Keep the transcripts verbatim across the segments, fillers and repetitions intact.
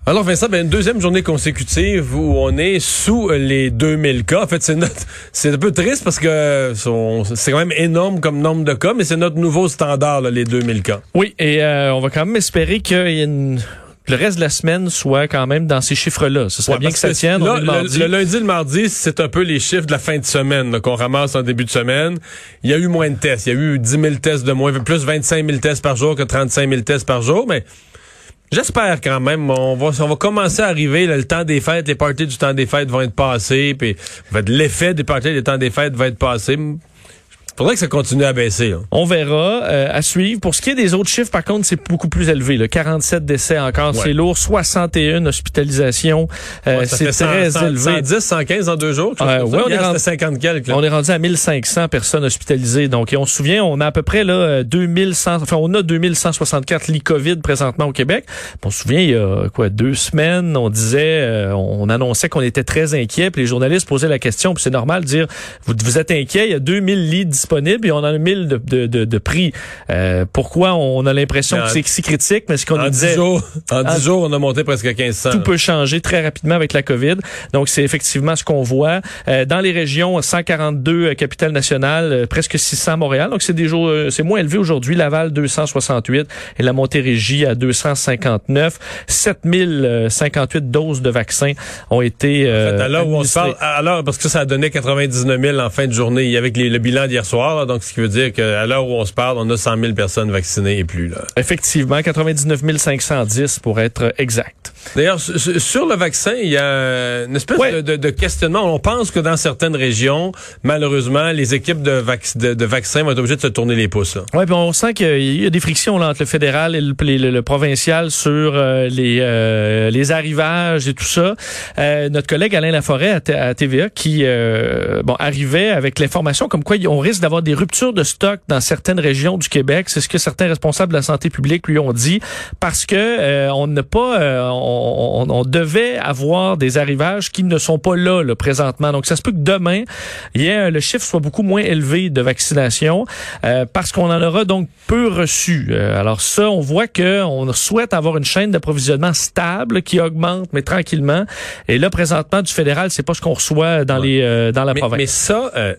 Alors Vincent, ben une deuxième journée consécutive où on est sous les deux mille cas. En fait, c'est notre, c'est un peu triste parce que c'est quand même énorme comme nombre de cas, mais c'est notre nouveau standard, là, les deux mille cas. Oui, et euh, on va quand même espérer qu'il y ait une... le reste de la semaine soit quand même dans ces chiffres-là. Ce serait ouais, bien que ça tienne. Là, on est le, mardi. Le, le lundi, le mardi, c'est un peu les chiffres de la fin de semaine là, qu'on ramasse en début de semaine. Il y a eu moins de tests. Il y a eu dix mille tests de moins, plus vingt-cinq mille tests par jour que trente-cinq mille tests par jour, mais j'espère quand même. On va, on va commencer à arriver, là, le temps des fêtes, les parties du temps des fêtes vont être passés, puis l'effet des parties du temps des fêtes va être passé. Faudrait que ça continue à baisser. Là. On verra, euh, à suivre. Pour ce qui est des autres chiffres, par contre, c'est beaucoup plus élevé. Là. quarante-sept décès encore, ouais. C'est lourd. soixante et une hospitalisations. Euh, ouais, c'est très cent, élevé. cent dix, cent quinze en deux jours. Euh, ouais, on, est rendu, cinquante quelques, on est rendu à mille cinq cents personnes hospitalisées. Donc, et on se souvient, on a à peu près là deux mille cent, enfin, on a deux mille cent soixante-quatre lits COVID présentement au Québec. On se souvient, il y a quoi, deux semaines, on disait, euh, on annonçait qu'on était très inquiets. Puis les journalistes posaient la question, puis c'est normal de dire, vous, vous êtes inquiets, il y a deux mille lits disponibles. Disponible et on en a mille de, de, de, de prix. Euh, pourquoi on a l'impression en, que c'est si critique? Mais ce qu'on nous disait... dix jours, en dix jours, on a monté presque à quinze cents. Tout peut changer très rapidement avec la COVID. Donc, c'est effectivement ce qu'on voit. Euh, dans les régions, cent quarante-deux euh, capitales nationales, euh, presque six cents Montréal. Donc, c'est des jours, euh, c'est moins élevé aujourd'hui. Laval, deux cent soixante-huit et la Montérégie à deux cent cinquante-neuf. sept mille cinquante-huit doses de vaccins ont été euh, en fait, à l'heure où on se parle, alors parce que ça, ça a donné quatre-vingt-dix-neuf mille en fin de journée avec les, le bilan d'hier soir. Là, donc, ce qui veut dire qu'à l'heure où on se parle, on a cent mille personnes vaccinées et plus. Là. Effectivement, quatre-vingt-dix-neuf mille cinq cent dix pour être exact. D'ailleurs, sur le vaccin, il y a une espèce ouais. de, de, de questionnement. On pense que dans certaines régions, malheureusement, les équipes de, vac- de, de vaccins vont être obligées de se tourner les pouces. Oui, puis on sent qu'il y a des frictions là, entre le fédéral et le, le, le provincial sur euh, les, euh, les arrivages et tout ça. Euh, notre collègue Alain Laforêt à, T- à T V A qui euh, bon arrivait avec l'information comme quoi on risque d'avoir des ruptures de stock dans certaines régions du Québec. C'est ce que certains responsables de la santé publique lui ont dit parce que euh, on n'a pas... Euh, on, On, on devait avoir des arrivages qui ne sont pas là, là présentement. Donc, ça se peut que demain, il y ait, le chiffre soit beaucoup moins élevé de vaccination euh, parce qu'on en aura donc peu reçu. Euh, alors ça, on voit que on souhaite avoir une chaîne d'approvisionnement stable qui augmente, mais tranquillement. Et là, présentement, du fédéral, c'est pas ce qu'on reçoit dans ouais. les euh, dans la mais, province. Mais ça... Euh...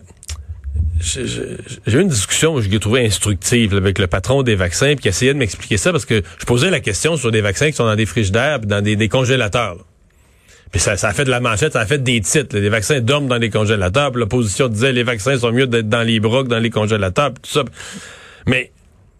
J'ai, j'ai eu une discussion que je l'ai trouvée instructive là, avec le patron des vaccins puis qui essayait de m'expliquer ça parce que je posais la question sur des vaccins qui sont dans des frigidaires puis dans des, des congélateurs. Là. Puis ça, ça a fait de la manchette, ça a fait des titres. Là. Les vaccins dorment dans les congélateurs. Puis l'opposition disait les vaccins sont mieux d'être dans les bras que dans les congélateurs puis tout ça. Mais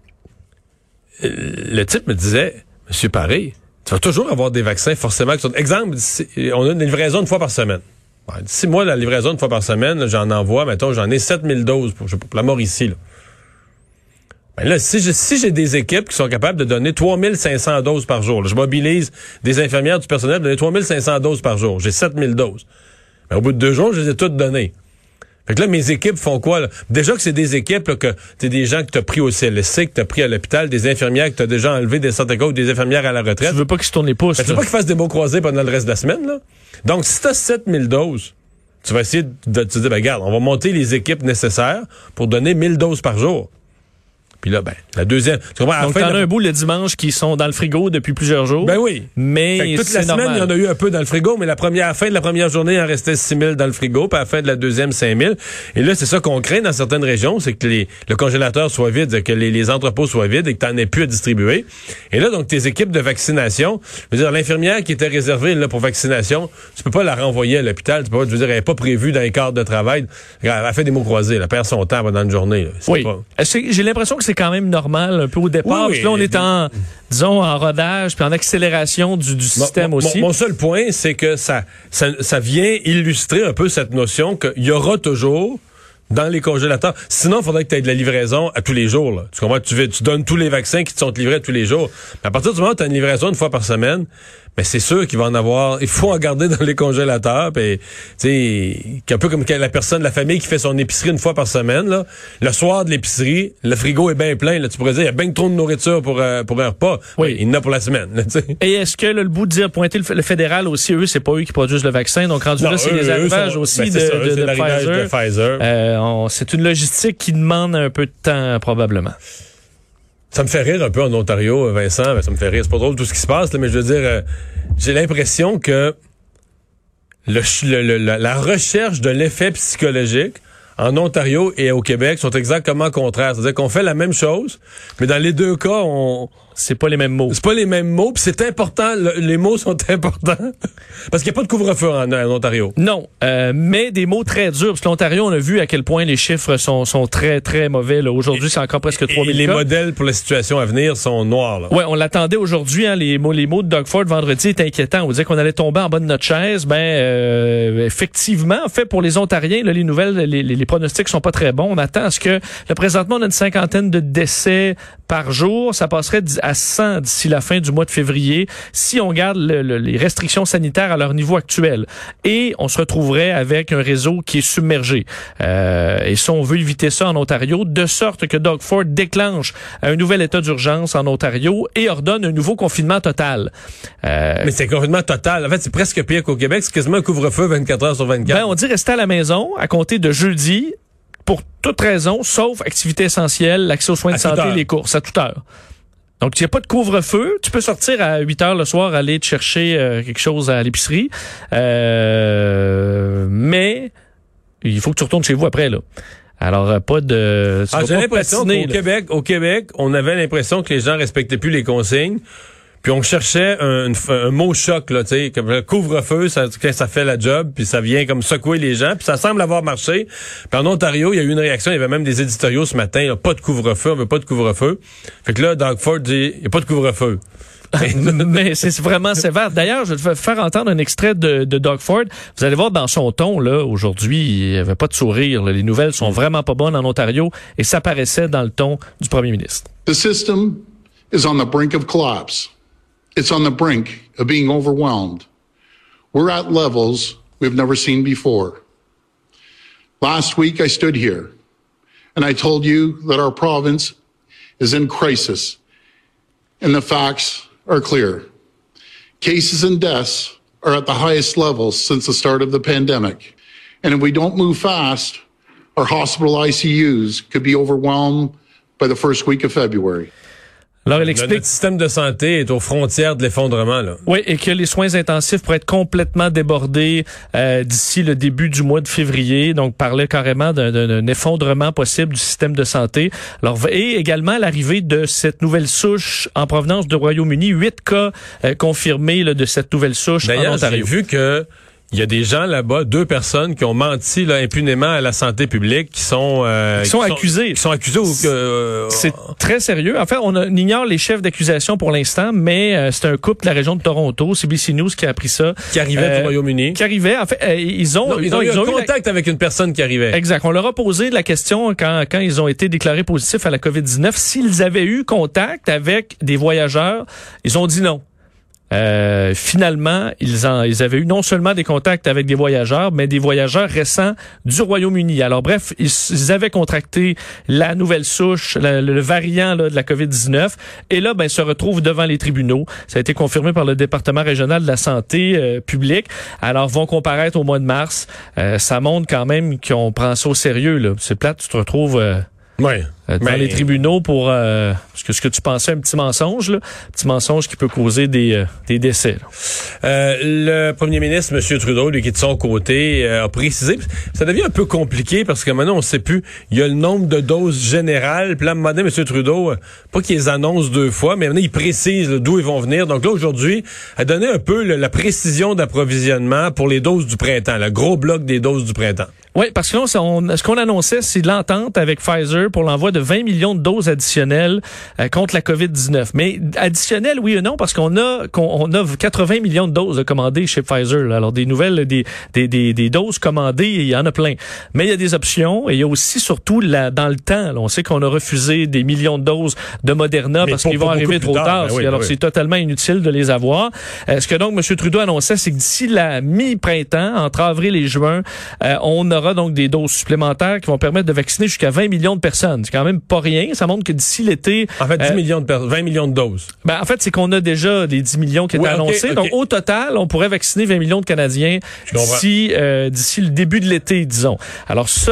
le type me disait, Monsieur Paré, tu vas toujours avoir des vaccins forcément qui sont... Exemple, on a une livraison une fois par semaine. Si moi, la livraison une fois par semaine, là, j'en envoie, mettons, j'en ai sept mille doses pour, pour la Mauricie. Là. Ben là, si j'ai, si j'ai des équipes qui sont capables de donner trois mille cinq cents doses par jour, là, je mobilise des infirmières du personnel pour donner trois mille cinq cents doses par jour. J'ai sept mille doses. Ben, au bout de deux jours, je les ai toutes données. Fait que là, mes équipes font quoi? Là? Déjà que c'est des équipes, là, que t'es des gens que t'as pris au C L S C, que t'as pris à l'hôpital, des infirmières que t'as déjà enlevé des centres ou des infirmières à la retraite. Tu veux pas qu'ils se tournent les pouces. Ben, tu veux pas qu'ils fassent des mots croisés pendant le reste de la semaine, là? Donc, si t'as sept mille doses, tu vas essayer de te dire, ben, regarde, on va monter les équipes nécessaires pour donner mille doses par jour. Puis là, ben, la deuxième... Tu comprends, à donc, la fin t'en as la... un bout le dimanche qui sont dans le frigo depuis plusieurs jours. Ben oui. Mais fait que toute c'est la semaine, normal. il y en a eu un peu dans le frigo, mais la première, à la fin de la première journée, il en restait six mille dans le frigo, puis à la fin de la deuxième, cinq mille. Et là, c'est ça qu'on craint dans certaines régions, c'est que les, le congélateur soit vide, que les, les entrepôts soient vides et que t'en aies plus à distribuer. Et là, donc, tes équipes de vaccination, je veux dire, l'infirmière qui était réservée là, pour vaccination, tu peux pas la renvoyer à l'hôpital, tu peux pas, je veux dire, elle n'est pas prévue dans les cadres de travail. Elle a fait des mots croisés, elle perd son temps pendant une journée. Là. Oui. Pas... J'ai l'impression que c'est quand même normal un peu au départ. Oui, Parce que là, on est en, disons, en rodage puis en accélération du, du système mon, aussi. Mon, mon seul point, c'est que ça, ça, ça vient illustrer un peu cette notion qu'il y aura toujours dans les congélateurs. Sinon, il faudrait que tu aies de la livraison à tous les jours. Là. Tu comprends? Tu, veux, tu donnes tous les vaccins qui te sont livrés tous les jours. Mais à partir du moment où tu as une livraison une fois par semaine, ben c'est sûr qu'il va en avoir. Il faut en garder dans les congélateurs. Puis, tu sais, un peu comme la personne, la famille qui fait son épicerie une fois par semaine. Là, le soir de l'épicerie, le frigo est bien plein. Là, tu pourrais dire, il y a bien trop de nourriture pour euh, pour un repas. Oui, ben, il y en a pour la semaine. Là, et est-ce que là, le bout de dire pointer le, le fédéral aussi, eux, c'est pas eux qui produisent le vaccin. Donc rendu non, là, c'est eux, les arrivages sont, aussi ben, de, ça, de, de, de Pfizer. De Pfizer. Euh, on, c'est une logistique qui demande un peu de temps probablement. Ça me fait rire un peu en Ontario, Vincent. Ben, ça me fait rire. C'est pas drôle tout ce qui se passe, là, mais je veux dire, euh, j'ai l'impression que le, le, le, la recherche de l'effet psychologique en Ontario et au Québec sont exactement contraires. C'est-à-dire qu'on fait la même chose, mais dans les deux cas, on... C'est pas les mêmes mots. C'est pas les mêmes mots, puis c'est important. Le, les mots sont importants parce qu'il n'y a pas de couvre-feu en, en Ontario. Non, euh, mais des mots très durs. Parce que l'Ontario, on a vu à quel point les chiffres sont, sont très, très mauvais. Là. Aujourd'hui, c'est encore presque trois mille les cas. Modèles pour la situation à venir sont noirs. Oui, on l'attendait aujourd'hui. Hein, les mots les mots de Doug Ford vendredi étaient inquiétants. On disait qu'on allait tomber en bas de notre chaise. Ben, euh, effectivement, en fait, pour les Ontariens, là, les nouvelles, les, les, les pronostics sont pas très bons. On attend à ce que, là, présentement, on a une cinquantaine de décès par jour. Ça passerait à cent d'ici la fin du mois de février si on garde le, le, les restrictions sanitaires à leur niveau actuel. Et on se retrouverait avec un réseau qui est submergé. Euh, et ça, on veut éviter ça en Ontario, de sorte que Doug Ford déclenche un nouvel état d'urgence en Ontario et ordonne un nouveau confinement total. Euh, Mais c'est un confinement total. En fait, c'est presque pire qu'au Québec. C'est quasiment un couvre-feu vingt-quatre heures sur vingt-quatre. Ben, on dit rester à la maison à compter de jeudi pour toute raison, sauf activité essentielle, l'accès aux soins de santé, les courses, à toute heure. Donc, il n'y a pas de couvre-feu. Tu peux sortir à huit heures le soir, aller te chercher euh, quelque chose à l'épicerie. Euh, mais il faut que tu retournes chez vous après, là. Alors, euh, pas de... Ah, j'ai l'impression qu'au Québec, au Québec, on avait l'impression que les gens respectaient plus les consignes. Puis on cherchait un, un, un mot choc, là, tu sais, comme le couvre-feu, ça, ça fait la job, puis ça vient comme secouer les gens, puis ça semble avoir marché. Puis en Ontario, il y a eu une réaction, il y avait même des éditoriaux ce matin, là, pas de couvre-feu, on veut pas de couvre-feu. Fait que là, Doug Ford dit, il y a pas de couvre-feu. Mais c'est vraiment sévère. D'ailleurs, je vais te faire entendre un extrait de, de Doug Ford. Vous allez voir dans son ton, là, aujourd'hui, il n'y avait pas de sourire. Là. Les nouvelles sont vraiment pas bonnes en Ontario et ça paraissait dans le ton du premier ministre. The system is on the brink of collapse. It's on the brink of being overwhelmed. We're at levels we've never seen before. Last week, I stood here and I told you that our province is in crisis and the facts are clear. Cases and deaths are at the highest levels since the start of the pandemic. And if we don't move fast, our hospital I C Us could be overwhelmed by the first week of February. Alors, elle explique... Notre système de santé est aux frontières de l'effondrement, là. Oui, et que les soins intensifs pourraient être complètement débordés euh, d'ici le début du mois de février. Donc, parlait carrément d'un, d'un effondrement possible du système de santé. Alors, et également l'arrivée de cette nouvelle souche en provenance du Royaume-Uni. Huit cas euh, confirmés là, de cette nouvelle souche en Ontario. D'ailleurs, j'ai vu que il y a des gens là-bas, deux personnes qui ont menti là, impunément à la santé publique, qui sont euh, qui sont qui accusés. Sont, qui sont accusés. Ou que, euh, c'est très sérieux. En fait, on, a, on ignore les chefs d'accusation pour l'instant, mais euh, c'est un couple de la région de Toronto, C B C News, qui a appris ça. Qui arrivait euh, du Royaume-Uni. Qui arrivait. En fait, euh, ils ont non, ils, ils ont eu un contact la... avec une personne qui arrivait. Exact. On leur a posé la question quand quand ils ont été déclarés positifs à la covid dix-neuf s'ils avaient eu contact avec des voyageurs. Ils ont dit non. Euh, finalement, ils, en, ils avaient eu non seulement des contacts avec des voyageurs, mais des voyageurs récents du Royaume-Uni. Alors bref, ils, ils avaient contracté la nouvelle souche, la, le variant là, de la covid dix-neuf, et là, ben, ils se retrouvent devant les tribunaux. Ça a été confirmé par le département régional de la santé euh, publique. Alors, vont comparaître au mois de mars. Euh, ça montre quand même qu'on prend ça au sérieux. Là. C'est plate, tu te retrouves... Euh, ouais. Dans mais... les tribunaux pour euh, ce que ce que tu pensais un petit mensonge, là, un petit mensonge qui peut causer des euh, des décès. Euh, le premier ministre, M. Trudeau, lui qui est de son côté, euh, a précisé. Ça devient un peu compliqué parce que maintenant on ne sait plus. Il y a le nombre de doses générales. Puis là, à un moment donné, M. Trudeau, euh, pas qu'il les annonce deux fois, mais maintenant il précise là, d'où ils vont venir. Donc là aujourd'hui, a donné un peu là, la précision d'approvisionnement pour les doses du printemps, le gros bloc des doses du printemps. Oui, parce que là, on, ce qu'on annonçait, c'est l'entente avec Pfizer pour l'envoi de vingt millions de doses additionnelles euh, contre la covid dix-neuf. Mais additionnelles, oui et non, parce qu'on a qu'on on a quatre-vingts millions de doses commandées chez Pfizer. Là. Alors, des nouvelles, des, des, des, des doses commandées, il y en a plein. Mais il y a des options et il y a aussi, surtout, là, dans le temps, là, on sait qu'on a refusé des millions de doses de Moderna mais parce qu'ils vont arriver trop tard. tard ben oui, alors, ben c'est oui. totalement inutile de les avoir. Euh, ce que donc M. Trudeau annonçait, c'est que d'ici la mi-printemps, entre avril et juin, euh, on aura donc des doses supplémentaires qui vont permettre de vacciner jusqu'à vingt millions de personnes. C'est quand même pas rien. Ça montre que d'ici l'été... En fait, dix euh, millions de personnes, vingt millions de doses. Ben, en fait, c'est qu'on a déjà des dix millions qui étaient oui, annoncés. Okay, okay. Donc, au total, on pourrait vacciner vingt millions de Canadiens d'ici, euh, d'ici le début de l'été, disons. Alors ça, c'est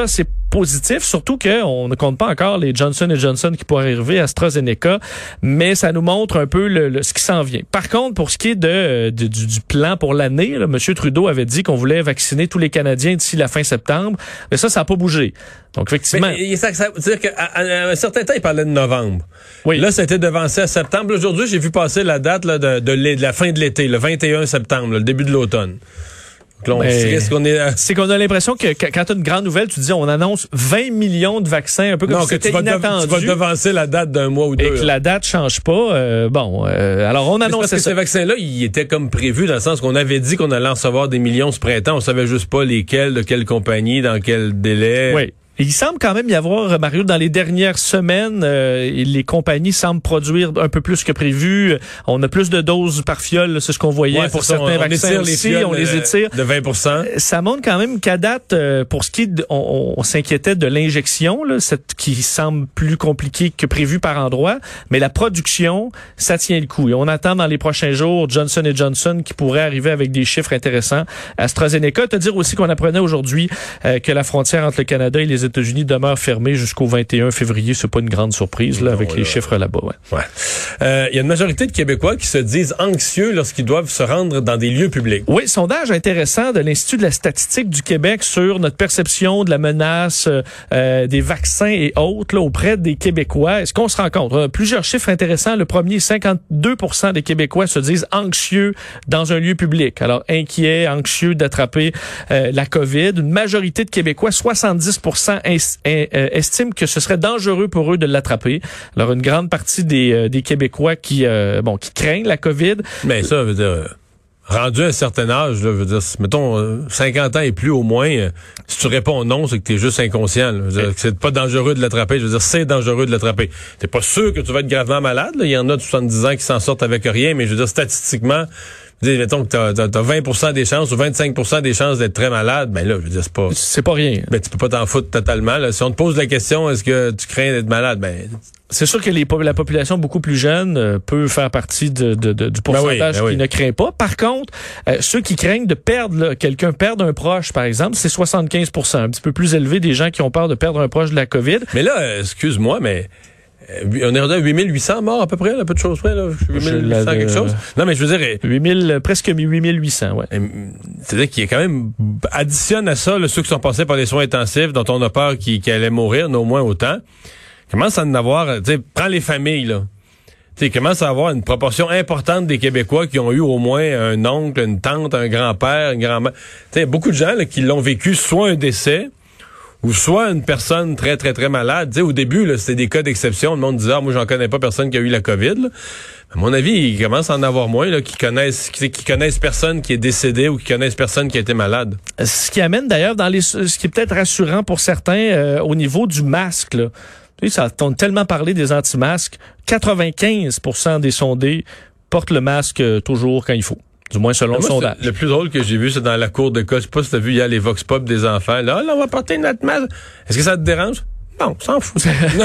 positif, surtout qu'on ne compte pas encore les Johnson and Johnson qui pourraient arriver, AstraZeneca, mais ça nous montre un peu le, le, ce qui s'en vient. Par contre, pour ce qui est de, de du, du plan pour l'année, là, M. Trudeau avait dit qu'on voulait vacciner tous les Canadiens d'ici la fin septembre, mais ça, ça n'a pas bougé. Donc, effectivement... Mais ça, ça veut dire qu'à à un certain temps, il parlait de novembre. Oui. Là, ça a été devancé à septembre. Aujourd'hui, j'ai vu passer la date là, de, de, de la fin de l'été, le vingt et un septembre, là, le début de l'automne. Donc, là, on, qu'on est à... C'est qu'on a l'impression que quand tu as une grande nouvelle, tu dis on annonce vingt millions de vaccins, un peu comme non, si c'était inattendu. Tu vas devancer la date d'un mois ou deux. Et que là. La date change pas. Euh, bon, euh, alors on annonce parce que ça. Ces vaccins-là, ils étaient comme prévus dans le sens qu'on avait dit qu'on allait en recevoir des millions ce printemps. On savait juste pas lesquels, de quelle compagnie, dans quel délai. Oui. Il semble quand même y avoir, Mario, dans les dernières semaines, euh, les compagnies semblent produire un peu plus que prévu. On a plus de doses par fiole, c'est ce qu'on voyait ouais, pour certains on, vaccins on aussi. Les on les étire. De vingt pour cent. Ça montre quand même qu'à date, euh, pour ce qui est, de, on, on s'inquiétait de l'injection, là, cette qui semble plus compliquée que prévu par endroit, mais la production, ça tient le coup. Et on attend dans les prochains jours Johnson and Johnson qui pourrait arriver avec des chiffres intéressants. AstraZeneca, te dire aussi qu'on apprenait aujourd'hui euh, que la frontière entre le Canada et les États-Unis demeure fermée jusqu'au vingt et un février. C'est pas une grande surprise là, non, avec là, les chiffres là-bas. Ouais. Ouais. Euh, y a une majorité de Québécois qui se disent anxieux lorsqu'ils doivent se rendre dans des lieux publics. Oui, sondage intéressant de l'Institut de la statistique du Québec sur notre perception de la menace euh, des vaccins et autres là, auprès des Québécois. Est-ce qu'on se rend compte? Euh, plusieurs chiffres intéressants. Le premier, cinquante-deux pour cent des Québécois se disent anxieux dans un lieu public. Alors, inquiets, anxieux d'attraper euh, la COVID. Une majorité de Québécois, soixante-dix pour cent estiment que ce serait dangereux pour eux de l'attraper. Alors, une grande partie des, euh, des Québécois qui, euh, bon, qui craignent la COVID. Mais ça veut dire, rendu à un certain âge, là, veut dire, mettons, euh, cinquante ans et plus au moins, euh, si tu réponds non, c'est que t'es juste inconscient. Là. Veut dire, que c'est pas dangereux de l'attraper. Je veux dire, c'est dangereux de l'attraper. T'es pas sûr que tu vas être gravement malade. Là. Il y en a de soixante-dix ans qui s'en sortent avec rien, mais je veux dire, statistiquement, dis, mettons que t'as, t'as, t'as vingt pour cent des chances ou vingt-cinq pour cent des chances d'être très malade, ben là, je veux dire, c'est pas... C'est pas rien. Ben, tu peux pas t'en foutre totalement. Là. Si on te pose la question, est-ce que tu crains d'être malade, ben... C'est sûr que les, la population beaucoup plus jeune euh, peut faire partie de, de, de, du pourcentage ben oui, ben oui. qui ne craint pas. Par contre, euh, ceux qui craignent de perdre là, quelqu'un, perdre un proche, par exemple, c'est soixante-quinze pour cent, un petit peu plus élevé des gens qui ont peur de perdre un proche de la COVID. Mais là, euh, excuse-moi, mais... On est rendu à huit mille huit cents morts à peu près, là, peu de choses près, là. huit mille huit cents quelque chose. Non, mais je veux dire... huit mille, presque huit mille huit cents, ouais. C'est-à-dire qu'il y a quand même... Additionne à ça, là, ceux qui sont passés par les soins intensifs, dont on a peur qu'ils, qu'ils allaient mourir, au moins autant. Commence à en avoir... Tu sais, prends les familles, là. Tu sais, commence à avoir une proportion importante des Québécois qui ont eu au moins un oncle, une tante, un grand-père, une grand-mère. Tu sais, beaucoup de gens, là, qui l'ont vécu soit un décès... ou soit une personne très, très, très malade. Tu sais, au début, là, c'était des cas d'exception. Le monde disait, ah, moi, j'en connais pas personne qui a eu la COVID. Là. À mon avis, il commence à en avoir moins, là, qui connaissent, qui, qui connaissent personne qui est décédé ou qui connaissent personne qui a été malade. Ce qui amène d'ailleurs dans les, ce qui est peut-être rassurant pour certains, euh, au niveau du masque, là. Tu sais, ça, on a tellement parlé des anti-masques. quatre-vingt-quinze pour cent des sondés portent le masque euh, toujours quand il faut. Du moins selon le sondage. Le plus drôle que j'ai vu, c'est dans la cour d'école. Je sais pas si t'as vu hier les vox pop des enfants. Là, là, on va porter notre masque. Est-ce que ça te dérange? Non, s'en fout.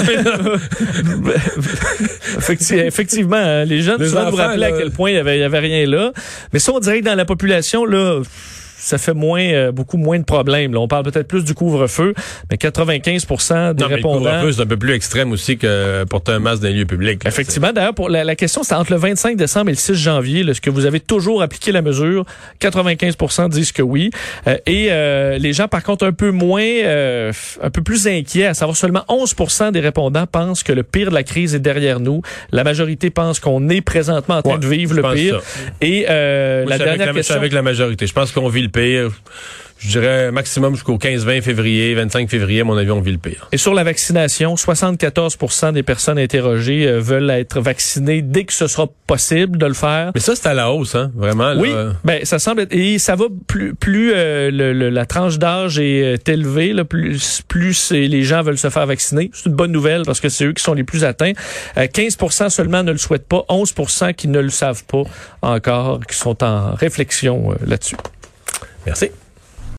Effectivement, les jeunes les souvent enfants, vous rappelaient là... à quel point il y avait, il y avait rien là. Mais ça, on dirait que dans la population, là... ça fait moins, euh, beaucoup moins de problèmes. Là, on parle peut-être plus du couvre-feu, mais quatre-vingt-quinze pour cent des non, répondants... Mais le couvre-feu, c'est un peu plus extrême aussi que porter un masque dans les lieux publics. Là, effectivement. c'est... D'ailleurs, pour la, la question, c'est entre le vingt-cinq décembre et le six janvier. Là, est-ce que vous avez toujours appliqué la mesure? quatre-vingt-quinze pour cent disent que oui. Euh, et euh, les gens, par contre, un peu moins, euh, un peu plus inquiets, à savoir seulement onze pour cent des répondants pensent que le pire de la crise est derrière nous. La majorité pense qu'on est présentement en train ouais, de vivre le pire. Ça. Et euh, Moi, la dernière avec, question... avec la majorité. Je pense qu'on vit le pire. Je dirais maximum jusqu'au quinze vingt février, vingt-cinq février, à mon avis, on vit le pire. Et sur la vaccination, soixante-quatorze pour cent des personnes interrogées euh, veulent être vaccinées dès que ce sera possible de le faire. Mais ça, c'est à la hausse, hein, vraiment. Là. Oui, ben ça semble être, et ça va plus plus euh, le, le, la tranche d'âge est élevée, là, plus plus les gens veulent se faire vacciner. C'est une bonne nouvelle parce que c'est eux qui sont les plus atteints. Euh, quinze pour cent seulement ne le souhaitent pas, onze pour cent qui ne le savent pas encore, qui sont en réflexion euh, là-dessus. Merci.